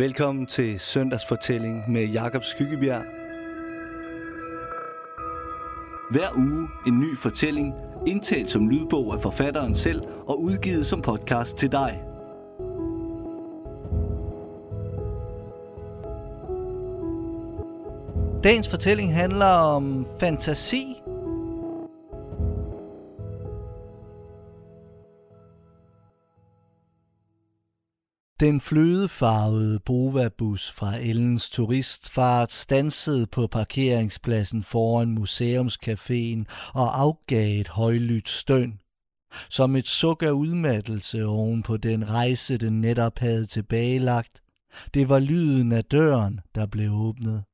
Velkommen til Søndagsfortælling med Jakob Skyggebjerg. Hver uge en ny fortælling, indtalt som lydbog af forfatteren selv og udgivet som podcast til dig. Dagens fortælling handler om fantasi. Den flødefarvede Bova-bus fra Ellens turistfart stansede på parkeringspladsen foran museumscaféen og afgav et højlydt støn. Som et suk af udmattelse oven på den rejse, den netop havde tilbagelagt. Det var lyden af døren, der blev åbnet.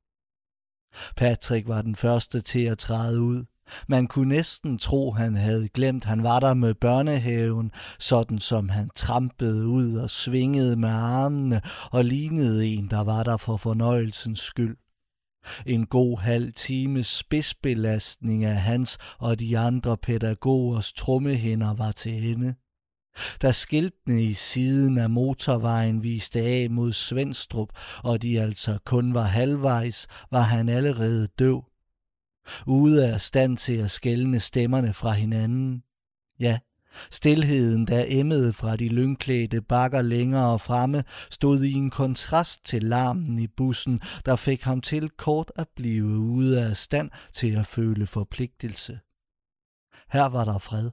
Patrick var den første til at træde ud. Man kunne næsten tro, han havde glemt, han var der med børnehaven, sådan som han trampede ud og svingede med armene og lignede en, der var der for fornøjelsens skyld. En god halv times spidsbelastning af hans og de andre pædagogers trommehinder var til ende. Da skiltene i siden af motorvejen viste af mod Svenstrup, og de altså kun var halvvejs, var han allerede døv. Ude af stand til at skelne stemmerne fra hinanden. Ja, stilheden, der emmede fra de lyngklædte bakker længere fremme, stod i en kontrast til larmen i bussen, der fik ham til kort at blive ude af stand til at føle forpligtelse. Her var der fred.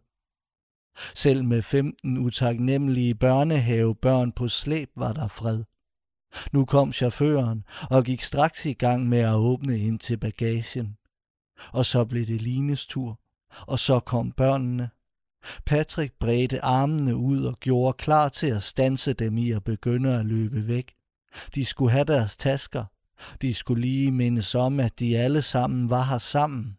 Selv med 15 utaknemmelige børnehavebørn på slæb var der fred. Nu kom chaufføren og gik straks i gang med at åbne ind til bagagen. Og så blev det Lines tur, og så kom børnene. Patrick bredte armene ud og gjorde klar til at standse dem i at begynde at løbe væk. De skulle have deres tasker. De skulle lige mindes om, at de alle sammen var her sammen.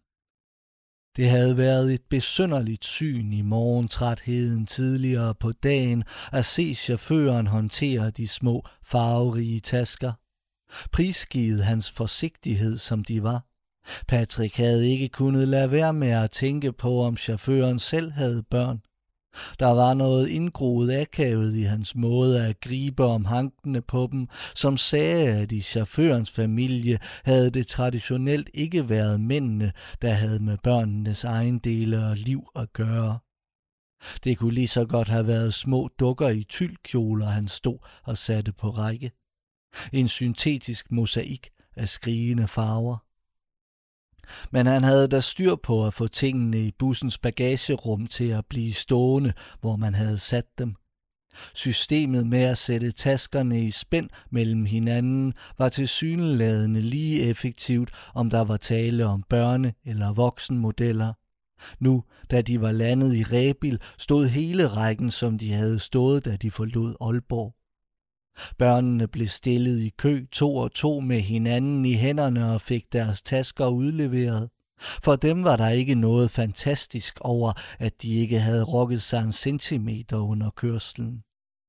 Det havde været et besynderligt syn i morgentrætheden tidligere på dagen at se chaufføren håndtere de små farverige tasker. Prisgivet hans forsigtighed, som de var. Patrick havde ikke kunnet lade være med at tænke på, om chaufføren selv havde børn. Der var noget indgroet akavet i hans måde at gribe om hankene på dem, som sagde, at i chaufførens familie havde det traditionelt ikke været mændene, der havde med børnenes ejendele og liv at gøre. Det kunne lige så godt have været små dukker i tyldkjoler, han stod og satte på række. En syntetisk mosaik af skrigende farver. Men han havde da styr på at få tingene i bussens bagagerum til at blive stående, hvor man havde sat dem. Systemet med at sætte taskerne i spænd mellem hinanden var tilsyneladende lige effektivt, om der var tale om børne- eller voksenmodeller. Nu, da de var landet i Rebild, stod hele rækken, som de havde stået, da de forlod Aalborg. Børnene blev stillet i kø 2 og 2 med hinanden i hænderne og fik deres tasker udleveret. For dem var der ikke noget fantastisk over, at de ikke havde rokket sig en centimeter under kørslen.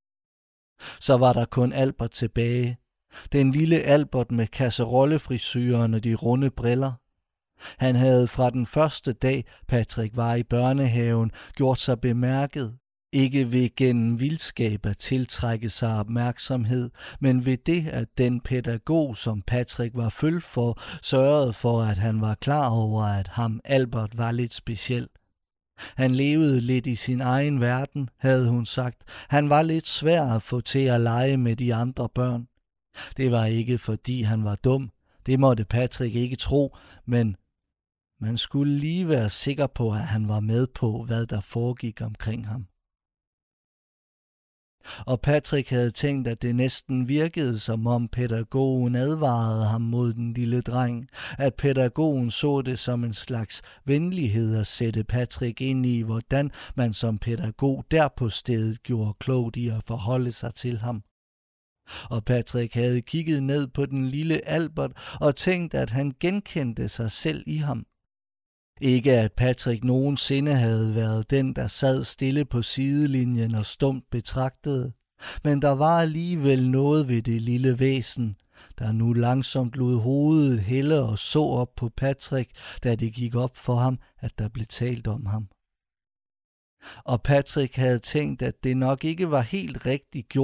Så var der kun Albert tilbage. Den lille Albert med kasserollefrisyren og de runde briller. Han havde fra den første dag, Patrick var i børnehaven, gjort sig bemærket. Ikke ved gennem vildskab at tiltrække sig opmærksomhed, men ved det, at den pædagog, som Patrick var føl for, sørgede for, at han var klar over, at ham Albert var lidt speciel. Han levede lidt i sin egen verden, havde hun sagt. Han var lidt svær at få til at lege med de andre børn. Det var ikke, fordi han var dum. Det måtte Patrick ikke tro, men man skulle lige være sikker på, at han var med på, hvad der foregik omkring ham. Og Patrick havde tænkt, at det næsten virkede, som om pædagogen advarede ham mod den lille dreng, at pædagogen så det som en slags venlighed at sætte Patrick ind i, hvordan man som pædagog der på stedet gjorde klogt i at forholde sig til ham. Og Patrick havde kigget ned på den lille Albert og tænkt, at han genkendte sig selv i ham. Ikke at Patrick nogensinde havde været den, der sad stille på sidelinjen og stumt betragtede, men der var alligevel noget ved det lille væsen, der nu langsomt lod hovedet hælde og så op på Patrick, da det gik op for ham, at der blev talt om ham. Og Patrick havde tænkt, at det nok ikke var helt rigtigt gjort,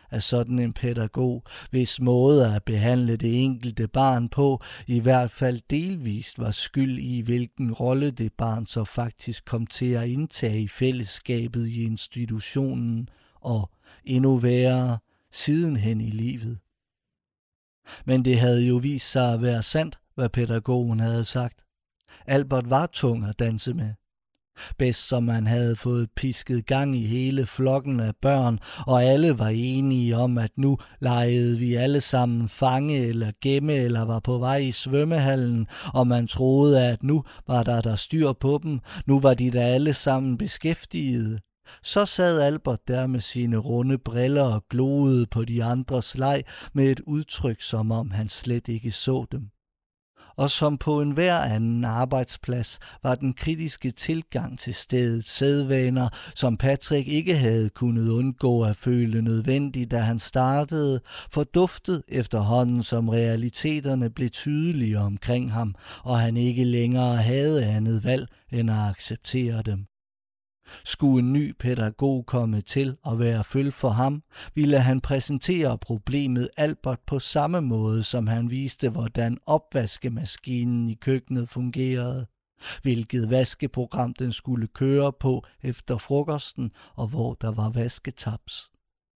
af sådan en pædagog, hvis måde at behandle det enkelte barn på, i hvert fald delvist var skyld i, hvilken rolle det barn så faktisk kom til at indtage i fællesskabet i institutionen, og endnu værre, sidenhen i livet. Men det havde jo vist sig at være sandt, hvad pædagogen havde sagt. Albert var tung at danse med. Bedst som man havde fået pisket gang i hele flokken af børn, og alle var enige om, at nu legede vi alle sammen fange eller gemme eller var på vej i svømmehallen, og man troede, at nu var der styr på dem, nu var de da alle sammen beskæftigede. Så sad Albert der med sine runde briller og gloede på de andres leg med et udtryk, som om han slet ikke så dem. Og som på enhver anden arbejdsplads var den kritiske tilgang til stedets sædvaner, som Patrick ikke havde kunnet undgå at føle nødvendigt, da han startede, forduftet efterhånden, som realiteterne blev tydelige omkring ham, og han ikke længere havde andet valg end at acceptere dem. Skulle en ny pædagog komme til at være følge for ham, ville han præsentere problemet Albert på samme måde, som han viste, hvordan opvaskemaskinen i køkkenet fungerede, hvilket vaskeprogram den skulle køre på efter frokosten, og hvor der var vasketaps.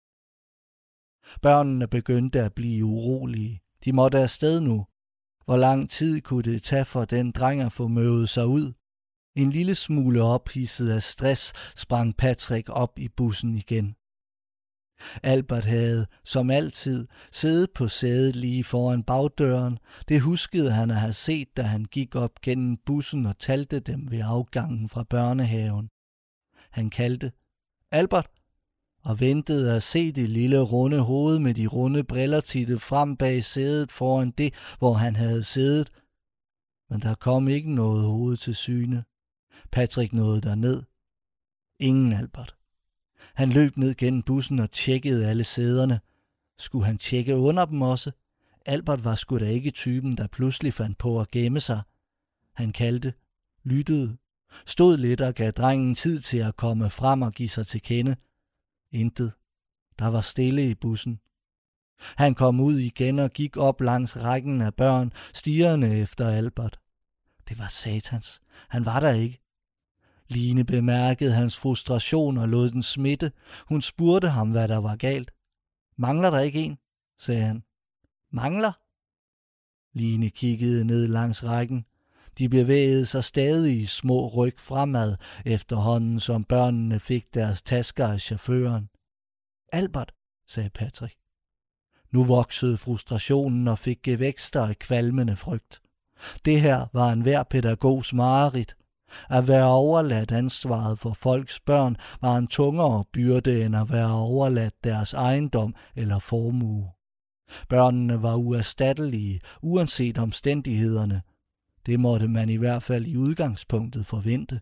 Børnene begyndte at blive urolige. De måtte afsted nu. Hvor lang tid kunne det tage for den dreng at få møvet sig ud? En lille smule ophidset af stress sprang Patrick op i bussen igen. Albert havde, som altid, siddet på sædet lige foran bagdøren. Det huskede han at have set, da han gik op gennem bussen og talte dem ved afgangen fra børnehaven. Han kaldte Albert og ventede at se det lille runde hoved med de runde briller tittet frem bag sædet foran det, hvor han havde siddet. Men der kom ikke noget hoved til syne. Patrick nåede derned. Ingen Albert. Han løb ned gennem bussen og tjekkede alle sæderne. Skulle han tjekke under dem også? Albert var sgu da ikke typen, der pludselig fandt på at gemme sig. Han kaldte, lyttede, stod lidt og gav drengen tid til at komme frem og give sig til kende. Intet. Der var stille i bussen. Han kom ud igen og gik op langs rækken af børn, stirrende efter Albert. Det var satans. Han var der ikke. Line bemærkede hans frustration og lod den smitte. Hun spurgte ham, hvad der var galt. Mangler der ikke en? Sagde han. Mangler? Line kiggede ned langs rækken. De bevægede sig stadig i små ryg fremad, efterhånden som børnene fik deres tasker af chaufføren. Albert, sagde Patrick. Nu voksede frustrationen og fik gevækster af kvalmende frygt. Det her var enhver pædagogs mareridt. At være overladt ansvaret for folks børn var en tungere byrde end at være overladt deres ejendom eller formue. Børnene var uerstattelige, uanset omstændighederne. Det måtte man i hvert fald i udgangspunktet forvente.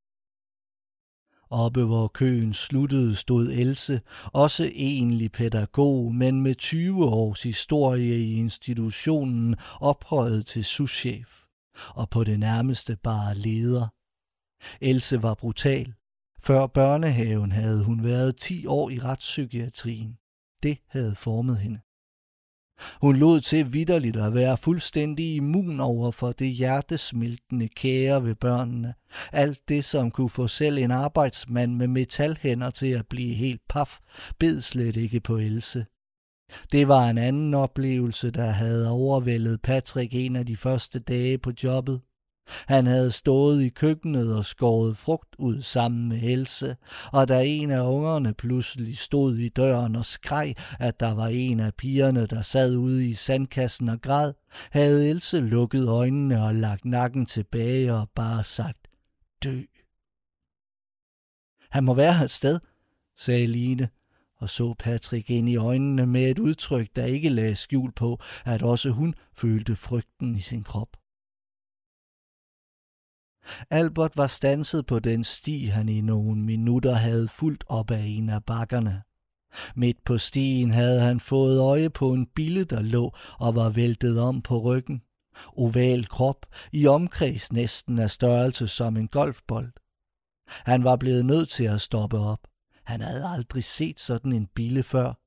Oppe hvor køen sluttede stod Else, også egentlig pædagog, men med 20 års historie i institutionen, ophøjet til souschef, og på det nærmeste bare leder. Else var brutal. Før børnehaven havde hun været 10 år i retspsykiatrien. Det havde formet hende. Hun lod til vitterligt at være fuldstændig immun over for det hjertesmeltende kære ved børnene. Alt det, som kunne få selv en arbejdsmand med metalhænder til at blive helt paf, bed slet ikke på Else. Det var en anden oplevelse, der havde overvældet Patrick en af de første dage på jobbet. Han havde stået i køkkenet og skåret frugt ud sammen med Else, og da en af ungerne pludselig stod i døren og skreg, at der var en af pigerne, der sad ude i sandkassen og græd, havde Else lukket øjnene og lagt nakken tilbage og bare sagt, dø. Han må være et sted, sagde Line, og så Patrick ind i øjnene med et udtryk, der ikke lagde skjul på, at også hun følte frygten i sin krop. Albert var standset på den sti, han i nogle minutter havde fulgt op af en af bakkerne. Midt på stien havde han fået øje på en bille, der lå og var væltet om på ryggen. Oval krop, i omkreds næsten af størrelse som en golfbold. Han var blevet nødt til at stoppe op. Han havde aldrig set sådan en bille før.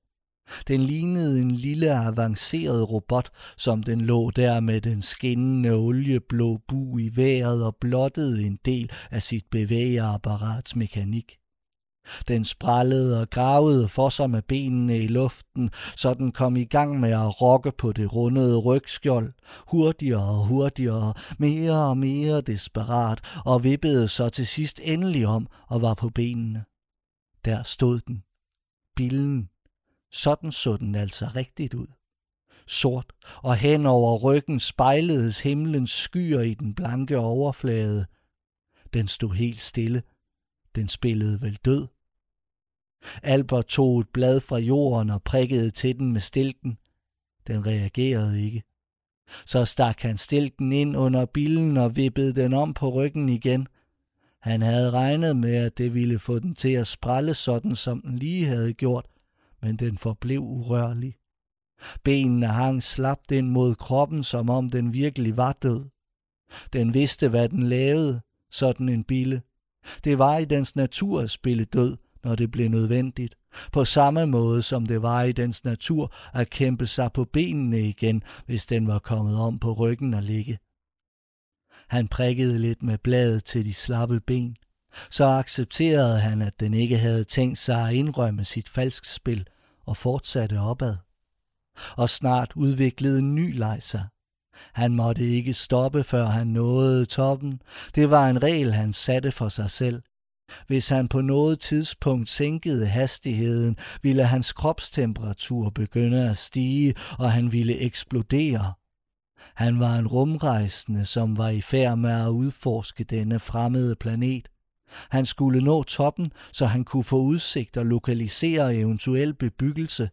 Den lignede en lille avanceret robot, som den lå der med den skinnende olieblå bug i vejret og blottede en del af sit bevægeapparats mekanik. Den sprællede og gravede for sig med benene i luften, så den kom i gang med at rokke på det rundede rygskjold, hurtigere og hurtigere, mere og mere desperat, og vippede så til sidst endelig om og var på benene. Der stod den. Billen. Sådan så den altså rigtigt ud. Sort, og hen over ryggen spejledes himlens skyer i den blanke overflade. Den stod helt stille. Den spillede vel død. Albert tog et blad fra jorden og prikkede til den med stilken. Den reagerede ikke. Så stak han stilken ind under billen og vippede den om på ryggen igen. Han havde regnet med, at det ville få den til at sprælle sådan, som den lige havde gjort, men den forblev urørlig. Benene hang slapt ind mod kroppen, som om den virkelig var død. Den vidste, hvad den lavede, sådan en bille. Det var i dens natur at spille død, når det blev nødvendigt. På samme måde som det var i dens natur at kæmpe sig på benene igen, hvis den var kommet om på ryggen og ligge. Han prikkede lidt med bladet til de slappe ben. Så accepterede han, at den ikke havde tænkt sig at indrømme sit falskspil og fortsatte opad. Og snart udviklede en ny leg sig. Han måtte ikke stoppe, før han nåede toppen. Det var en regel, han satte for sig selv. Hvis han på noget tidspunkt sænkede hastigheden, ville hans kropstemperatur begynde at stige, og han ville eksplodere. Han var en rumrejsende, som var i færd med at udforske denne fremmede planet. Han skulle nå toppen, så han kunne få udsigt og lokalisere eventuel bebyggelse.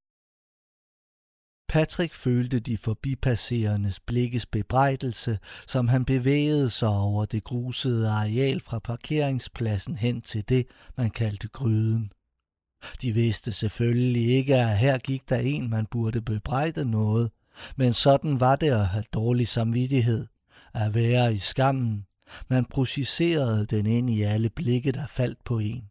Patrick følte de forbipasserendes blikkes bebrejdelse, som han bevægede sig over det grusede areal fra parkeringspladsen hen til det, man kaldte gryden. De vidste selvfølgelig ikke, at her gik der en, man burde bebrejde noget, men sådan var det at have dårlig samvittighed, at være i skammen. Man projicerede den ind i alle blikke, der faldt på en.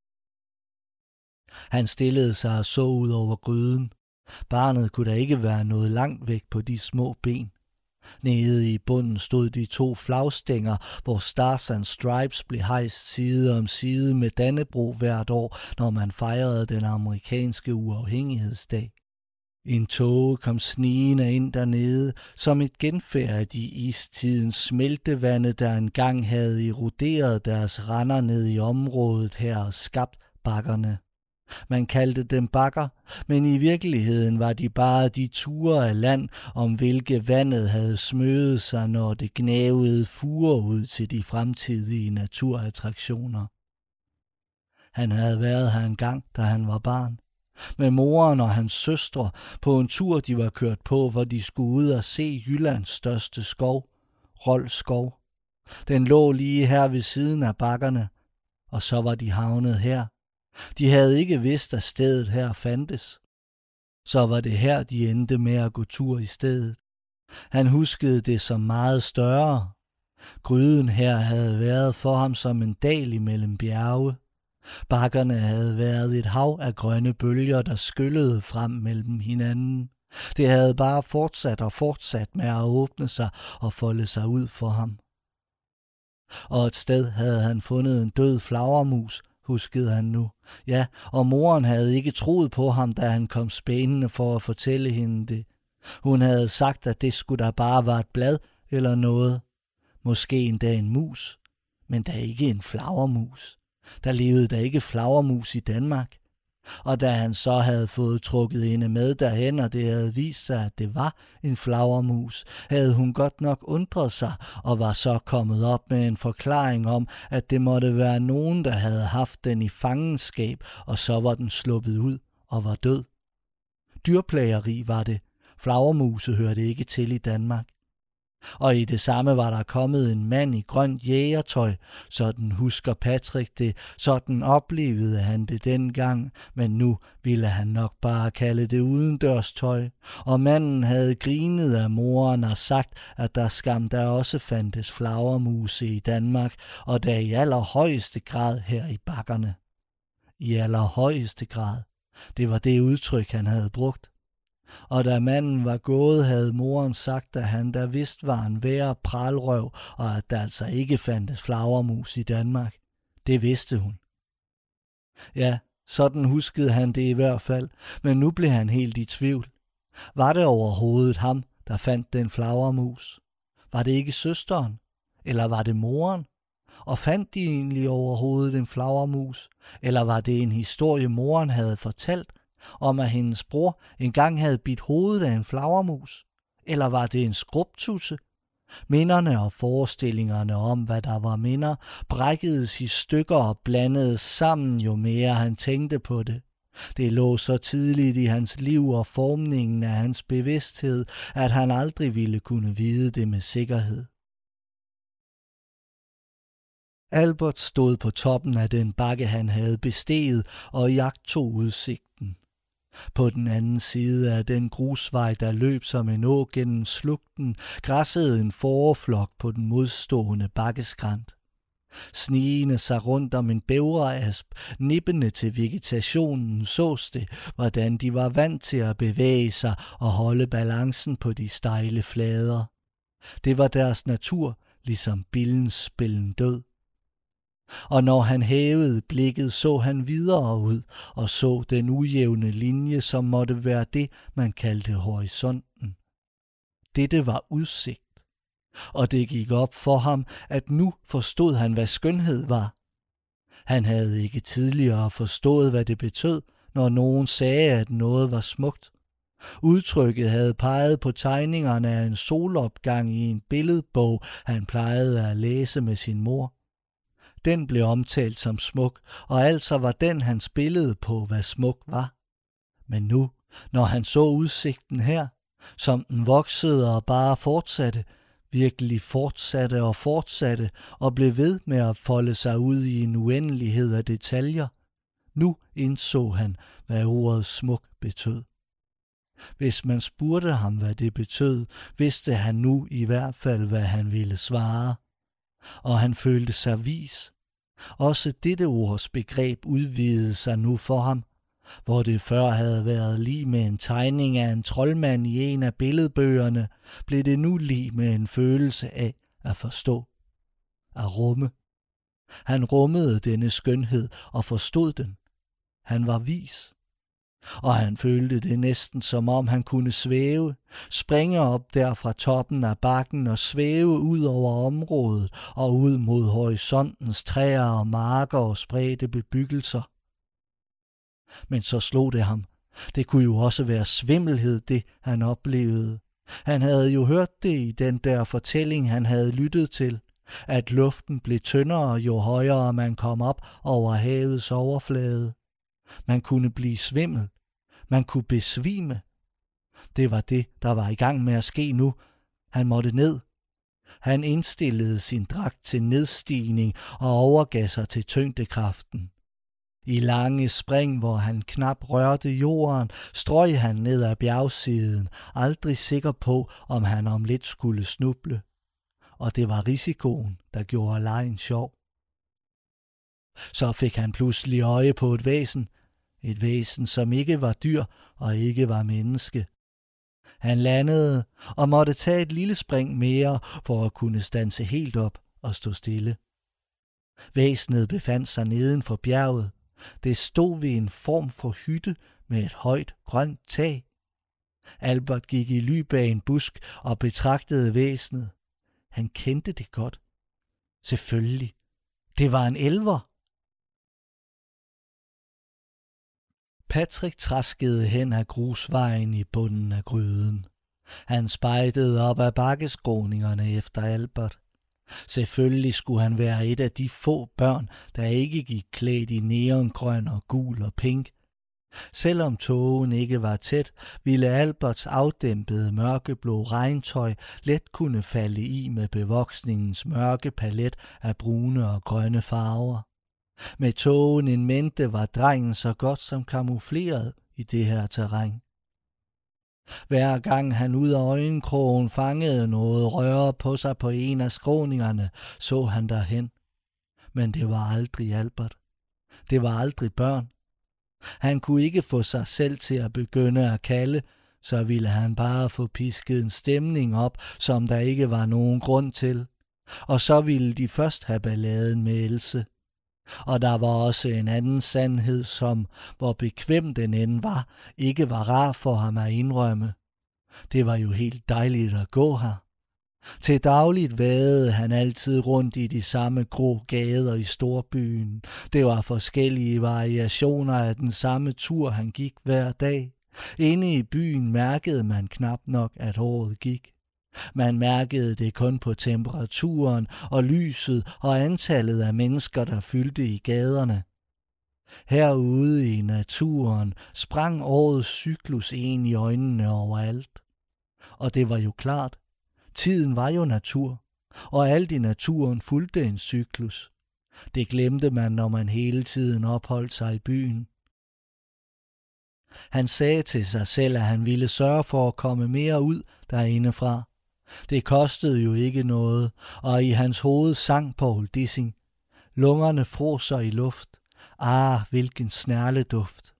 Han stillede sig og så ud over gryden. Barnet kunne da ikke være noget langt væk på de små ben. Nede i bunden stod de 2 flagstænger, hvor Stars and Stripes blev hejst side om side med Dannebrog hvert år, når man fejrede den amerikanske uafhængighedsdag. En tåge kom snigende ind dernede, som et genfærd af de istidens smeltevande, der engang havde eroderet deres render ned i området her og skabt bakkerne. Man kaldte dem bakker, men i virkeligheden var de bare de ture af land, om hvilke vandet havde smøget sig, når det gnavede fuger ud til de fremtidige naturattraktioner. Han havde været her engang, da han var barn, med moren og hans søstre på en tur, de var kørt på, hvor de skulle ud og se Jyllands største skov, Rold Skov. Den lå lige her ved siden af bakkerne, og så var de havnet her. De havde ikke vidst, at stedet her fandtes. Så var det her, de endte med at gå tur i stedet. Han huskede det som meget større. Gryden her havde været for ham som en dal imellem bjerge. Bakkerne havde været et hav af grønne bølger, der skyllede frem mellem hinanden. Det havde bare fortsat med at åbne sig og folde sig ud for ham. Og et sted havde han fundet en død flagermus, huskede han nu. Ja, og moren havde ikke troet på ham, da han kom spænende for at fortælle hende det. Hun havde sagt, at det skulle da bare være et blad eller noget. Måske endda en mus, men da ikke en flagermus. Der levede der ikke flagermus i Danmark. Og da han så havde fået trukket hende med derhen, og det havde vist sig, at det var en flagermus, havde hun godt nok undret sig, og var så kommet op med en forklaring om, at det måtte være nogen, der havde haft den i fangenskab, og så var den sluppet ud og var død. Dyrplageri var det. Flagermuse hørte ikke til i Danmark. Og i det samme var der kommet en mand i grønt jægertøj. Sådan husker Patrick det, sådan oplevede han det dengang, men nu ville han nok bare kalde det udendørstøj. Og manden havde grinet af moren og sagt, at der skam der også fandtes flagermuse i Danmark, og der i allerhøjeste grad her i bakkerne. I allerhøjeste grad. Det var det udtryk, han havde brugt. Og da manden var gået, havde moren sagt, at han der vist var en værre pralrøv, og at der altså ikke fandtes flagermus i Danmark. Det vidste hun. Ja, sådan huskede han det i hvert fald, men nu blev han helt i tvivl. Var det overhovedet ham, der fandt den flagermus? Var det ikke søsteren? Eller var det moren? Og fandt de egentlig overhovedet en flagermus? Eller var det en historie, moren havde fortalt, om at hendes bror engang havde bidt hovedet af en flagermus? Eller var det en skrubtusse? Minderne og forestillingerne om, hvad der var minder, brækkedes i stykker og blandedes sammen, jo mere han tænkte på det. Det lå så tidligt i hans liv og formningen af hans bevidsthed, at han aldrig ville kunne vide det med sikkerhed. Albert stod på toppen af den bakke, han havde besteget, og iagttog udsigten. På den anden side af den grusvej, der løb som en å gennem slugten, græssede en fåreflok på den modstående bakkeskrant. Snigende sig rundt om en bævreasp, nippende til vegetationen, sås det, hvordan de var vant til at bevæge sig og holde balancen på de stejle flader. Det var deres natur, ligesom billens spillen død. Og når han hævede blikket, så han videre ud og så den ujævne linje, som måtte være det, man kaldte horisonten. Dette var udsigt, og det gik op for ham, at nu forstod han, hvad skønhed var. Han havde ikke tidligere forstået, hvad det betød, når nogen sagde, at noget var smukt. Udtrykket havde peget på tegningerne af en solopgang i en billedbog, han plejede at læse med sin mor. Den blev omtalt som smuk, og altså var den hans billede på, hvad smuk var. Men nu, når han så udsigten her, som den voksede og bare fortsatte, virkelig fortsatte og blev ved med at folde sig ud i en uendelighed af detaljer, nu indså han, hvad ordet smuk betød. Hvis man spurgte ham, hvad det betød, vidste han nu i hvert fald, hvad han ville svare. Og han følte sig vis. Også dette ords begreb udvidede sig nu for ham, hvor det før havde været lig med en tegning af en troldmand i en af billedbøgerne, blev det nu lig med en følelse af at forstå, at rumme. Han rummede denne skønhed og forstod den. Han var vis. Og han følte det næsten som om han kunne svæve, springe op der fra toppen af bakken og svæve ud over området og ud mod horisontens træer og marker og spredte bebyggelser. Men så slog det ham. Det kunne jo også være svimmelhed, det han oplevede. Han havde jo hørt det i den der fortælling, han havde lyttet til, at luften blev tyndere, jo højere man kom op over havets overflade. Man kunne blive svimmel. Man kunne besvime. Det var det, der var i gang med at ske nu. Han måtte ned. Han indstillede sin dragt til nedstigning og overgav sig til tyngdekraften. I lange spring, hvor han knap rørte jorden, strøg han ned ad bjergsiden, aldrig sikker på, om han om lidt skulle snuble. Og det var risikoen, der gjorde legen sjov. Så fik han pludselig øje på et væsen, som ikke var dyr og ikke var menneske. Han landede og måtte tage et lille spring mere for at kunne standse helt op og stå stille. Væsenet befandt sig neden for bjerget. Det stod ved en form for hytte med et højt grønt tag. Albert gik i ly bag en busk og betragtede væsenet. Han kendte det godt. Selvfølgelig. Det var en elver. Patrick traskede hen ad grusvejen i bunden af gryden. Han spejdede op ad bakkeskråningerne efter Albert. Selvfølgelig skulle han være et af de få børn, der ikke gik klædt i neongrøn og gul og pink. Selvom tågen ikke var tæt, ville Alberts afdæmpede mørkeblå regntøj let kunne falde i med bevoksningens mørke palet af brune og grønne farver. Med tågen en mente var drengen så godt som kamufleret i det her terræn. Hver gang han ud af øjenkrogen fangede noget røre på sig på en af skråningerne, så han derhen. Men det var aldrig Albert. Det var aldrig børn. Han kunne ikke få sig selv til at begynde at kalde, så ville han bare få pisket en stemning op, som der ikke var nogen grund til. Og så ville de først have balladen med Else. Og der var også en anden sandhed, som, hvor bekvem den end var, ikke var rar for ham at indrømme. Det var jo helt dejligt at gå her. Til dagligt vadede han altid rundt i de samme grå gader i storbyen. Det var forskellige variationer af den samme tur, han gik hver dag. Inde i byen mærkede man knap nok, at året gik. Man mærkede det kun på temperaturen og lyset og antallet af mennesker, der fyldte i gaderne. Herude i naturen sprang årets cyklus ind i øjnene overalt. Og det var jo klart, tiden var jo natur, og alt i naturen fulgte en cyklus. Det glemte man, når man hele tiden opholdt sig i byen. Han sagde til sig selv, at han ville sørge for at komme mere ud derindefra. Det kostede jo ikke noget, og i hans hoved sang Poul Dissing. Lungerne froser i luft. Hvilken snærleduft.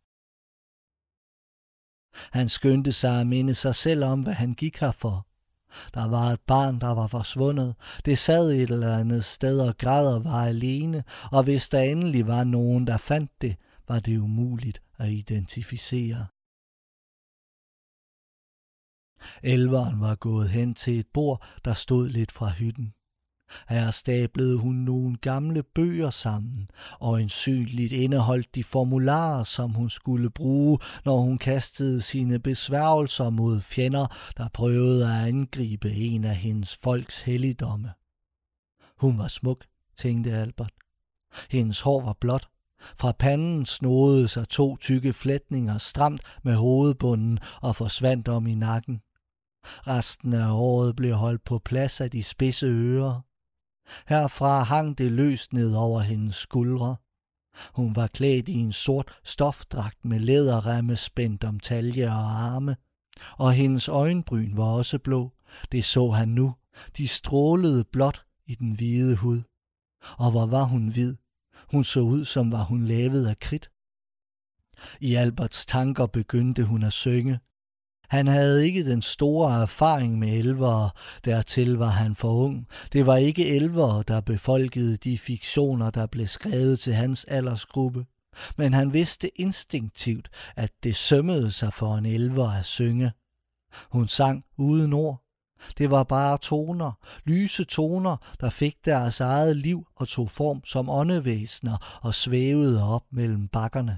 Han skyndte sig at minde sig selv om, hvad han gik her for. Der var et barn, der var forsvundet. Det sad et eller andet sted og græd og var alene, og hvis der endelig var nogen, der fandt det, var det umuligt at identificere. Elveren var gået hen til et bord, der stod lidt fra hytten. Her stablede hun nogle gamle bøger sammen, og øjensynligt indeholdt de formularer, som hun skulle bruge, når hun kastede sine besværgelser mod fjender, der prøvede at angribe en af hendes folks helligdomme. Hun var smuk, tænkte Albert. Hendes hår var blåt. Fra panden snodede sig 2 tykke flætninger stramt med hovedbunden og forsvandt om i nakken. Resten af året blev holdt på plads af de spidse ører. Herfra hang det løst ned over hendes skuldre. Hun var klædt i en sort stofdragt med læderremme spændt om talje og arme, og hendes øjenbryn var også blå. Det så han nu. De strålede blåt i den hvide hud. Og hvor var hun hvid? Hun så ud, som var hun lavet af kridt. I Alberts tanker begyndte hun at synge. Han havde ikke den store erfaring med elvere, dertil var han for ung. Det var ikke elvere, der befolkede de fiktioner, der blev skrevet til hans aldersgruppe. Men han vidste instinktivt, at det sømmede sig for en elver at synge. Hun sang uden ord. Det var bare toner, lyse toner, der fik deres eget liv og tog form som åndevæsener og svævede op mellem bakkerne.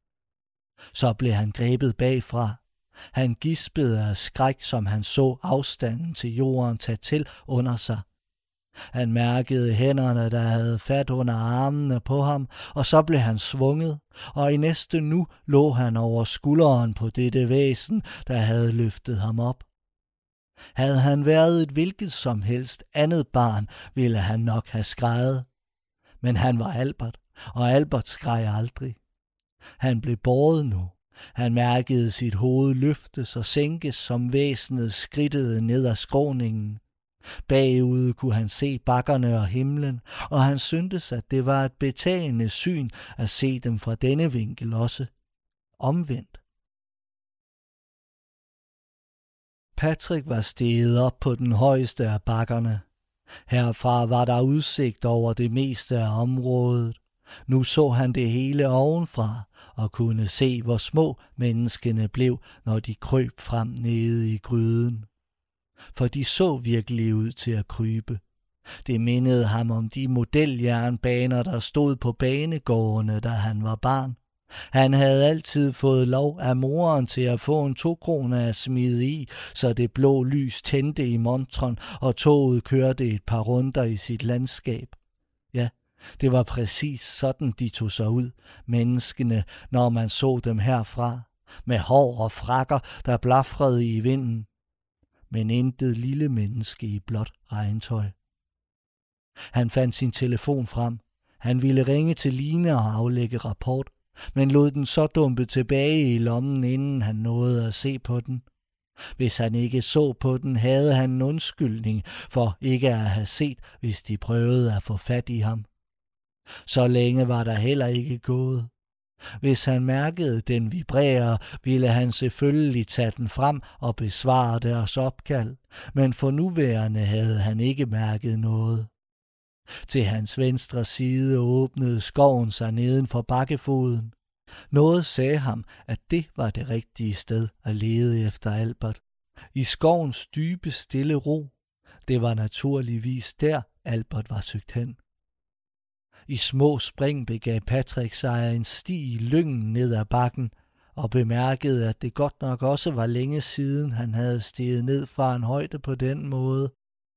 Så blev han grebet bagfra. Han gispede af skræk, som han så afstanden til jorden tage til under sig. Han mærkede hænderne, der havde fat under armene på ham, og så blev han svunget, og i næste nu lå han over skulderen på dette væsen, der havde løftet ham op. Havde han været et hvilket som helst andet barn, ville han nok have skreget. Men han var Albert, og Albert skreg aldrig. Han blev båret nu. Han mærkede sit hoved løftes og sænkes, som væsenet skridtede ned ad skråningen. Bagude kunne han se bakkerne og himlen, og han syntes, at det var et betagende syn at se dem fra denne vinkel også. Omvendt. Patrick var steget op på den højeste af bakkerne. Herfra var der udsigt over det meste af området. Nu så han det hele ovenfra og kunne se, hvor små menneskene blev, når de krøb frem nede i gryden. For de så virkelig ud til at krybe. Det mindede ham om de modeljernbaner, der stod på banegårdene, da han var barn. Han havde altid fået lov af moren til at få en 2-kroner at smide i, så det blå lys tændte i montren, og toget kørte et par runder i sit landskab. Ja, det var præcis sådan, de tog sig ud, menneskene, når man så dem herfra, med hår og frakker, der blafrede i vinden. Men intet lille menneske i blåt regntøj. Han fandt sin telefon frem. Han ville ringe til Line og aflægge rapport, men lod den så dumpe tilbage i lommen, inden han nåede at se på den. Hvis han ikke så på den, havde han en undskyldning for ikke at have set, hvis de prøvede at få fat i ham. Så længe var der heller ikke gået. Hvis han mærkede den vibrere, ville han selvfølgelig tage den frem og besvare deres opkald, men for nuværende havde han ikke mærket noget. Til hans venstre side åbnede skoven sig neden for bakkefoden. Noget sagde ham, at det var det rigtige sted at lede efter Albert. I skovens dybe stille ro. Det var naturligvis der, Albert var søgt hen. I små spring begav Patrick sig en sti i lyngen ned ad bakken og bemærkede, at det godt nok også var længe siden, han havde steget ned fra en højde på den måde.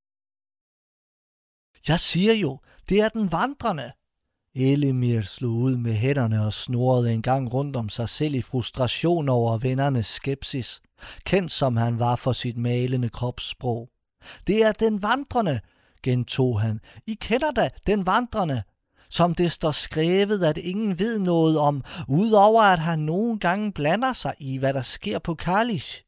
Jeg siger jo, det er den vandrende. Elimir slog ud med hænderne og snurrede en gang rundt om sig selv i frustration over vennernes skepsis, kendt som han var for sit malende kropssprog. Det er den vandrende, gentog han. I kender da den vandrende, som det står skrevet, at ingen ved noget om, udover at han nogle gange blander sig i, hvad der sker på Kalish.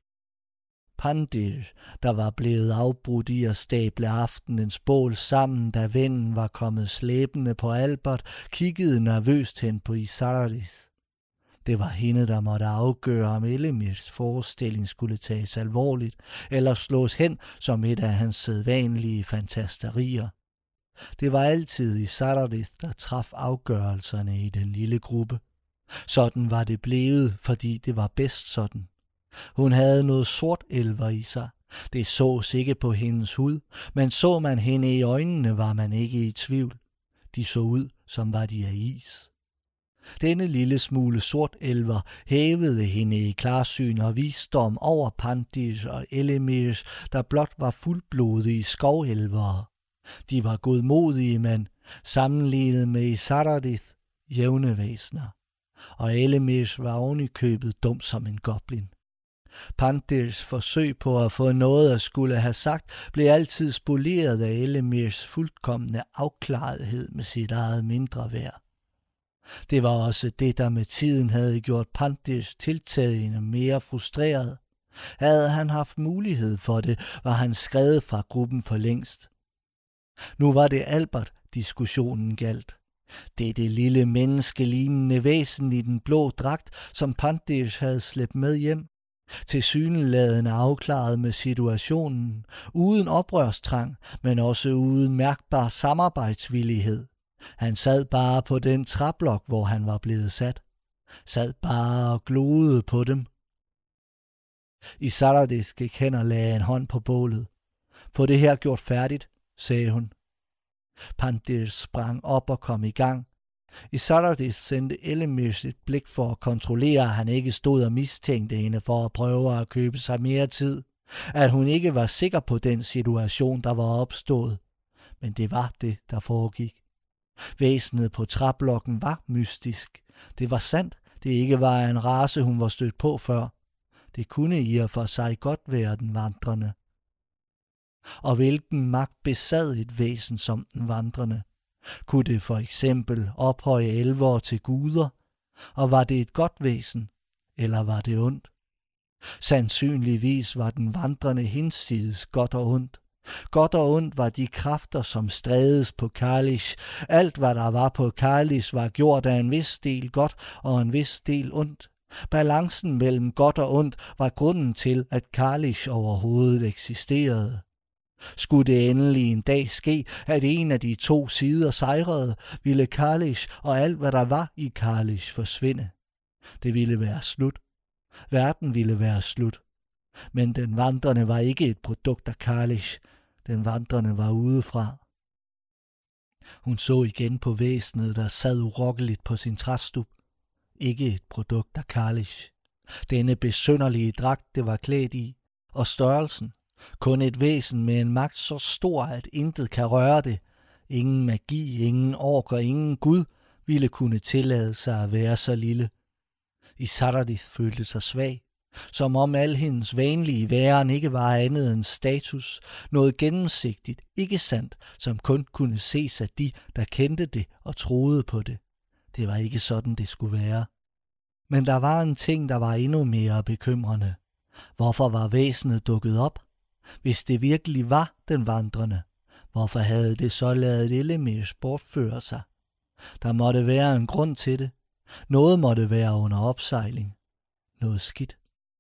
Pandir, der var blevet afbrudt i at stable aftenens bål sammen, da vennen var kommet slæbende på Albert, kiggede nervøst hen på Isararith. Det var hende, der måtte afgøre, om Elemirs forestilling skulle tages alvorligt, eller slås hen som et af hans sædvanlige fantasterier. Det var altid Isararith, der traf afgørelserne i den lille gruppe. Sådan var det blevet, fordi det var bedst sådan. Hun havde noget sort elver i sig. Det sås ikke på hendes hud, men så man hende i øjnene, var man ikke i tvivl. De så ud, som var de af is. Denne lille smule sort elver hævede hende i klarsyn og visdom over Pandir og Elimir, der blot var fuldblodige skovelvere. De var godmodige, men sammenlignet med Isararith jævne væsener. Og Elimir var oven i købet dum som en goblin. Pandirs forsøg på at få noget at skulle have sagt, blev altid spoleret af Elemirs fuldkomne afklarethed med sit eget mindre værd. Det var også det, der med tiden havde gjort Pandirs tiltagende mere frustreret. Havde han haft mulighed for det, var han skredet fra gruppen for længst. Nu var det Albert, diskussionen galt. Det er det lille menneskelignende væsen i den blå dragt, som Pandirs havde slæbt med hjem. Tilsyneladende afklaret med situationen, uden oprørstrang, men også uden mærkbar samarbejdsvillighed. Han sad bare på den træblok, hvor han var blevet sat. Sad bare og gloede på dem. Isararith gik hen og lagde en hånd på bålet. Få det her gjort færdigt, sagde hun. Pandir sprang op og kom i gang. Isararith sendte Elimir et blik for at kontrollere, at han ikke stod og mistænkte hende for at prøve at købe sig mere tid. At hun ikke var sikker på den situation, der var opstået. Men det var det, der foregik. Væsenet på træblokken var mystisk. Det var sandt, det ikke var en race, hun var stødt på før. Det kunne i og for sig godt være den vandrende. Og hvilken magt besad et væsen som den vandrende? Kunne det for eksempel ophøje elvere til guder? Og var det et godt væsen, eller var det ondt? Sandsynligvis var den vandrende hinsides godt og ondt. Godt og ondt var de kræfter, som strædes på Kalish. Alt, hvad der var på Kalish, var gjort af en vis del godt og en vis del ondt. Balancen mellem godt og ondt var grunden til, at Kalish overhovedet eksisterede. Skulle det endelig en dag ske, at en af de to sider sejrede, ville Kalish og alt, hvad der var i Kalish, forsvinde. Det ville være slut. Verden ville være slut. Men den vandrende var ikke et produkt af Kalish. Den vandrende var udefra. Hun så igen på væsenet, der sad urokkeligt på sin træstup. Ikke et produkt af Kalish. Denne besynderlige dragt, det var klædt i, og størrelsen. Kun et væsen med en magt så stor, at intet kan røre det. Ingen magi, ingen ork og ingen gud ville kunne tillade sig at være så lille. Isararith følte sig svag, som om al hendes vanlige væren ikke var andet end status, noget gennemsigtigt, ikke sandt, som kun kunne ses af de, der kendte det og troede på det. Det var ikke sådan, det skulle være. Men der var en ting, der var endnu mere bekymrende. Hvorfor var væsenet dukket op? Hvis det virkelig var den vandrende, hvorfor havde det så ladet Elimir bortføre sig? Der måtte være en grund til det. Noget måtte være under opsejling. Noget skidt.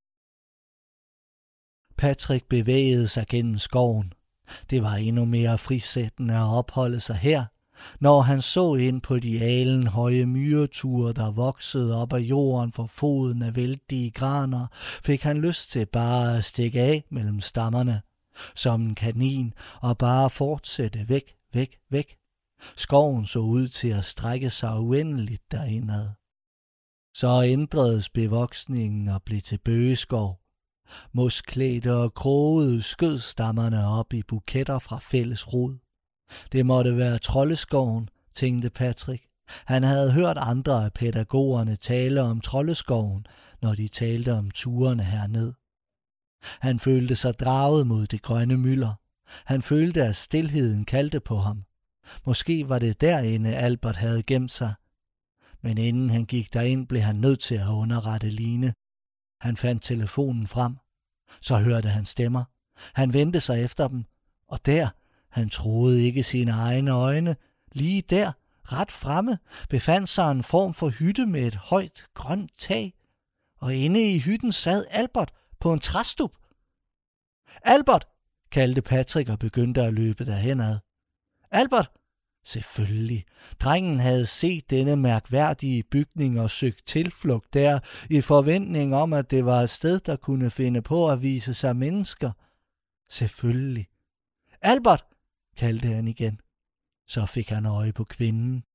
Patrick bevægede sig gennem skoven. Det var endnu mere frisættende at opholde sig her, når han så ind på de alenhøje myreture, der voksede op af jorden for foden af vældige graner, fik han lyst til bare at stikke af mellem stammerne, som en kanin, og bare fortsætte væk, væk, væk. Skoven så ud til at strække sig uendeligt derindad. Så ændredes bevoksningen og blev til bøgeskov. Mosklædte og krogede skød stammerne op i buketter fra fælles rod. Det måtte være troldeskoven, tænkte Patrick. Han havde hørt andre af pædagogerne tale om troldeskoven, når de talte om turene herned. Han følte sig draget mod det grønne mylder. Han følte, at stilheden kaldte på ham. Måske var det derinde, Albert havde gemt sig. Men inden han gik derind, blev han nødt til at underrette Line. Han fandt telefonen frem. Så hørte han stemmer. Han vendte sig efter dem, og der, han troede ikke sine egne øjne, lige der, ret fremme, befandt sig en form for hytte med et højt, grønt tag, og inde i hytten sad Albert på en træstup. Albert, kaldte Patrick og begyndte at løbe derhenad. Albert! Selvfølgelig. Drengen havde set denne mærkværdige bygning og søgt tilflugt der i forventning om, at det var et sted, der kunne finde på at vise sig mennesker. Selvfølgelig. Albert! Kaldte han igen. Så fik han øje på kvinden.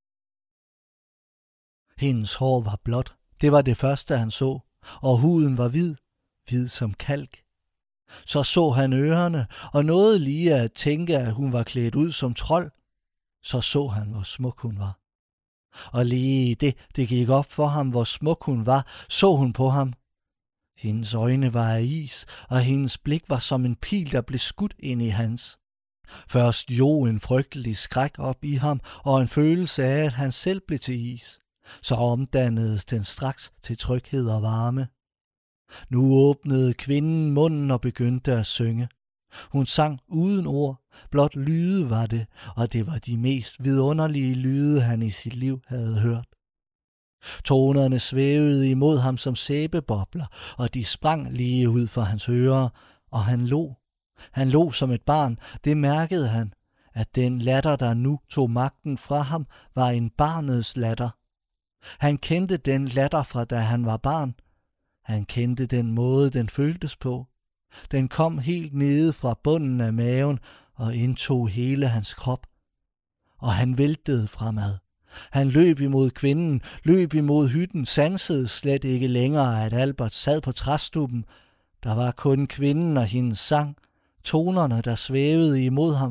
Hendes hår var blåt. Det var det første, han så. Og huden var hvid. Hvid som kalk. Så han ørerne, og nåede lige at tænke, at hun var klædt ud som trold. Så han, hvor smuk hun var. Og lige det gik op for ham, hvor smuk hun var, så hun på ham. Hendes øjne var af is, og hendes blik var som en pil, der blev skudt ind i hans. Først jo en frygtelig skræk op i ham, og en følelse af, at han selv blev til is. Så omdannedes den straks til tryghed og varme. Nu åbnede kvinden munden og begyndte at synge. Hun sang uden ord, blot lyde var det, og det var de mest vidunderlige lyde, han i sit liv havde hørt. Tonerne svævede imod ham som sæbebobler, og de sprang lige ud for hans ører, og han lå. Han lå som et barn, det mærkede han, at den latter, der nu tog magten fra ham, var en barnets latter. Han kendte den latter fra da han var barn. Han kendte den måde, den føltes på. Den kom helt nede fra bunden af maven og indtog hele hans krop. Og han væltede fremad. Han løb imod kvinden, løb imod hytten, sansede slet ikke længere, at Albert sad på træstuppen. Der var kun kvinden og hendes sang, tonerne, der svævede imod ham.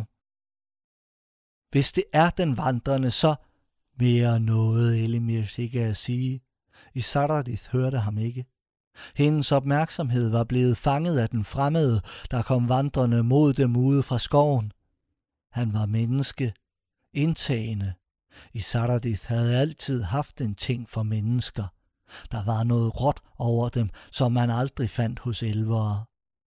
Hvis det er den vandrende, så mere noget Elemirs ikke at sige. Isardith hørte ham ikke. Hendes opmærksomhed var blevet fanget af den fremmede, der kom vandrende mod dem ude fra skoven. Han var menneske, indtagende. Isardith havde altid haft en ting for mennesker. Der var noget råt over dem, som man aldrig fandt hos elvere.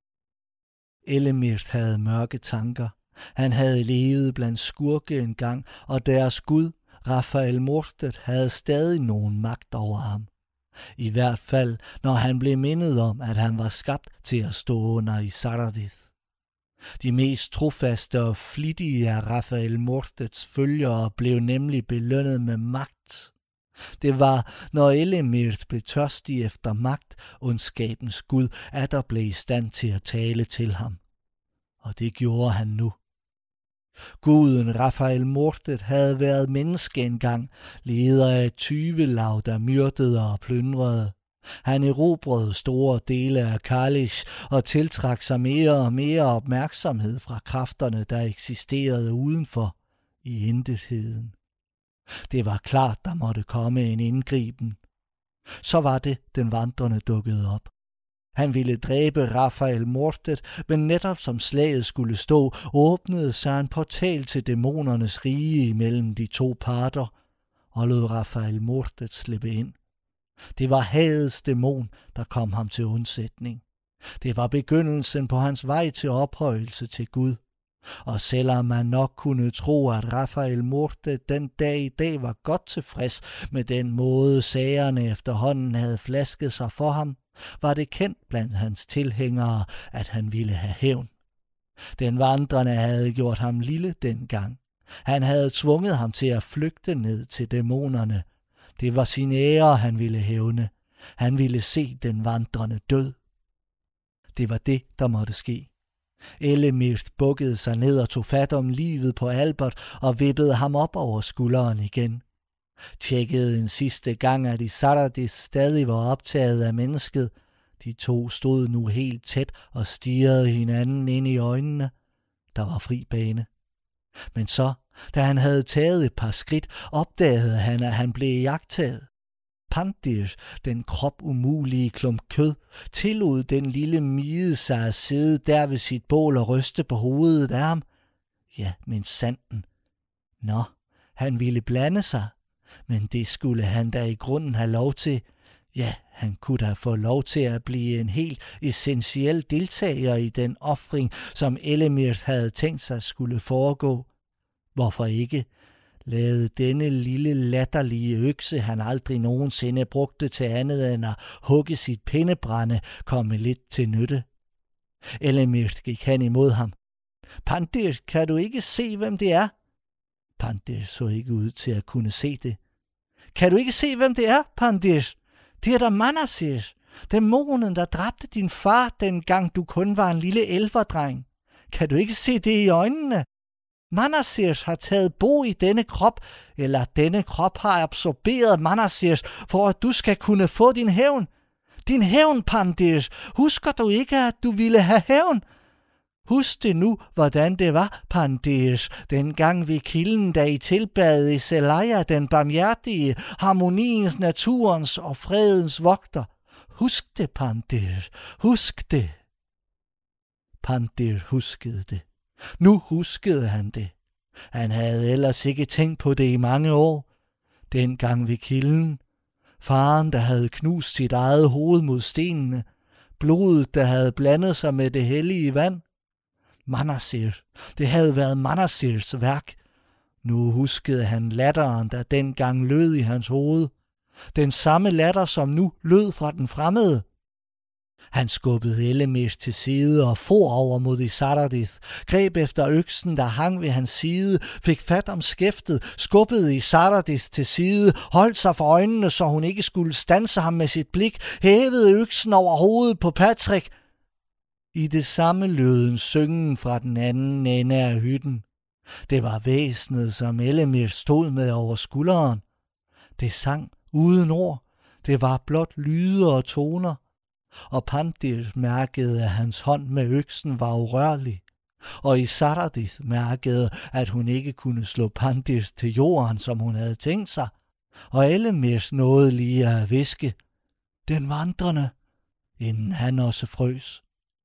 Elemirs havde mørke tanker. Han havde levet blandt skurke engang, og deres gud, Raphael Morstedt, havde stadig nogen magt over ham. I hvert fald, når han blev mindet om, at han var skabt til at stå under Isardith. De mest trofaste og flittige af Raphael Morstedts følgere blev nemlig belønnet med magt. Det var, når Elemirt blev tørstig efter magt, ondskabens gud, at der blev i stand til at tale til ham. Og det gjorde han nu. Guden Raphael Morstedt havde været menneske engang, leder af et tyvelav, der myrdede og plyndrede. Han erobrede store dele af Kalish og tiltrak sig mere og mere opmærksomhed fra kræfterne, der eksisterede udenfor i intetheden. Det var klart, der måtte komme en indgriben. Så var det, den vandrende dukkede op. Han ville dræbe Raphael Morstedt, men netop som slaget skulle stå, åbnede sig en portal til dæmonernes rige imellem de to parter, og lod Raphael Morstedt slippe ind. Det var hadets dæmon, der kom ham til undsætning. Det var begyndelsen på hans vej til ophøjelse til Gud. Og selvom man nok kunne tro, at Rafael Morte den dag i dag var godt tilfreds med den måde, sagerne efterhånden havde flasket sig for ham, var det kendt blandt hans tilhængere, at han ville have hævn. Den vandrende havde gjort ham lille dengang. Han havde tvunget ham til at flygte ned til dæmonerne. Det var sin ære, han ville hævne. Han ville se den vandrende død. Det var det, der måtte ske. Elemirt bukkede sig ned og tog fat om livet på Albert og vippede ham op over skulderen igen. Tjekkede en sidste gang, at Isaradis stadig var optaget af mennesket. De to stod nu helt tæt og stirrede hinanden ind i øjnene. Der var fri bane. Men så, da han havde taget et par skridt, opdagede han, at han blev jagtaget. Pandir, den kropumulige klump kød, tillod den lille mide sig at sidde der ved sit bål og ryste på hovedet af ham. Ja, men sanden. Nå, han ville blande sig, men det skulle han da i grunden have lov til. Ja, han kunne da få lov til at blive en helt essentiel deltager i den ofring, som Elemirt havde tænkt sig skulle foregå. Hvorfor ikke? Lade denne lille latterlige økse, han aldrig nogensinde brugte til andet end at hugge sit pindebrænde, komme lidt til nytte. Elemirt gik hen imod ham. Pandir, kan du ikke se, hvem det er? Pandir så ikke ud til at kunne se det. Kan du ikke se, hvem det er, Pandir? Det er da Manasir, dæmonen, der dræbte din far, dengang du kun var en lille elverdreng. Kan du ikke se det i øjnene? Manasir har taget bo i denne krop, eller denne krop har absorberet Manasir, for at du skal kunne få din hævn. Din hævn, Pandir. Husker du ikke, at du ville have hævn? Husk det nu, hvordan det var, Pandir, dengang ved kilden, da I tilbad i Selaya den barmhjertige, harmoniens, naturens og fredens vogter. Husk det, Pandir. Husk det. Pandir huskede det. Nu huskede han det. Han havde ellers ikke tænkt på det i mange år. Dengang ved kilden. Faren, der havde knust sit eget hoved mod stenene. Blodet, der havde blandet sig med det hellige vand. Manasir. Det havde været Manasirs værk. Nu huskede han latteren, der dengang lød i hans hoved. Den samme latter, som nu lød fra den fremmede. Han skubbede Elemirt til side og for over mod Isaradith, greb efter øksen, der hang ved hans side, fik fat om skæftet, skubbede Isaradith til side, holdt sig for øjnene, så hun ikke skulle standse ham med sit blik, hævede øksen over hovedet på Patrick. I det samme lød en syngen fra den anden ende af hytten. Det var væsenet, som Elemirt stod med over skulderen. Det sang uden ord. Det var blot lyde og toner. Og Pandir mærkede, at hans hånd med øksen var urørlig. Og Isaradith mærkede, at hun ikke kunne slå Pandir til jorden, som hun havde tænkt sig. Og Elemirt nåede lige at hviske, den vandrende, inden han også frøs.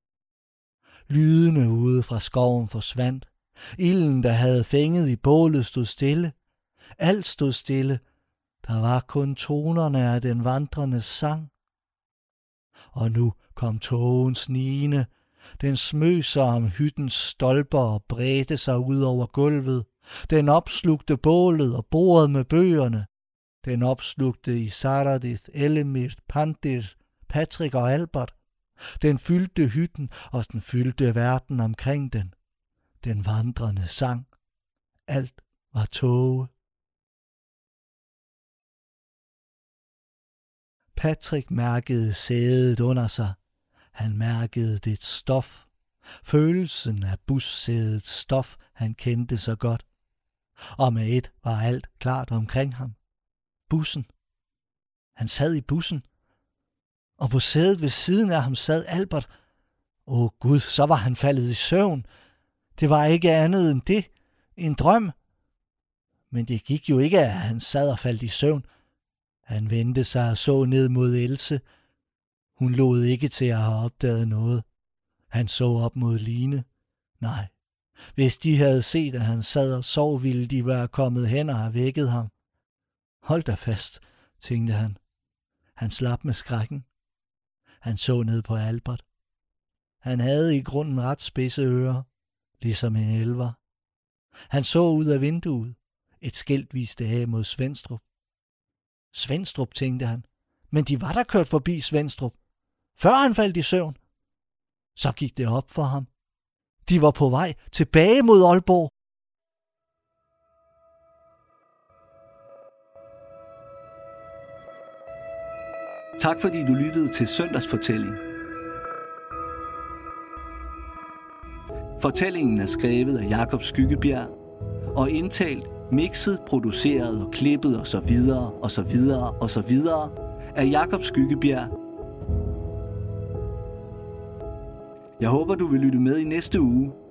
Lydene ude fra skoven forsvandt. Ilden, der havde fænget i bålet, stod stille. Alt stod stille. Der var kun tonerne af den vandrende sang. Og nu kom tågen snigende. Den smøg sig om hyttens stolper og bredte sig ud over gulvet. Den opslugte bålet og bordet med bøgerne. Den opslugte Isaradith, Elemirt, Pandir, Patrick og Albert. Den fyldte hytten, og den fyldte verden omkring den. Den vandrende sang. Alt var tåge. Patrick mærkede sædet under sig. Han mærkede dets stof. Følelsen af bussædets stof, han kendte så godt. Og med et var alt klart omkring ham. Bussen. Han sad i bussen. Og på sædet ved siden af ham sad Albert. Åh Gud, så var han faldet i søvn. Det var ikke andet end det. En drøm. Men det gik jo ikke, at han sad og faldt i søvn. Han vendte sig og så ned mod Else. Hun lod ikke til at have opdaget noget. Han så op mod Line. Nej, hvis de havde set, at han sad og sov, ville de være kommet hen og have vækket ham. Hold da fast, tænkte han. Han slap med skrækken. Han så ned på Albert. Han havde i grunden ret spidse ører. ligesom en elver. Han så ud af vinduet. Et skilt viste af mod Svenstrup. Svenstrup, tænkte han. Men de var der kørt forbi Svenstrup, før han faldt i søvn. Så gik det op for ham. De var på vej tilbage mod Aalborg. Tak fordi du lyttede til Søndagsfortælling. Fortællingen er skrevet af Jakob Skyggebjerg og indtalt, mixet, produceret og klippet og så videre af Jakob Skyggebjerg. Jeg håber, du vil lytte med i næste uge.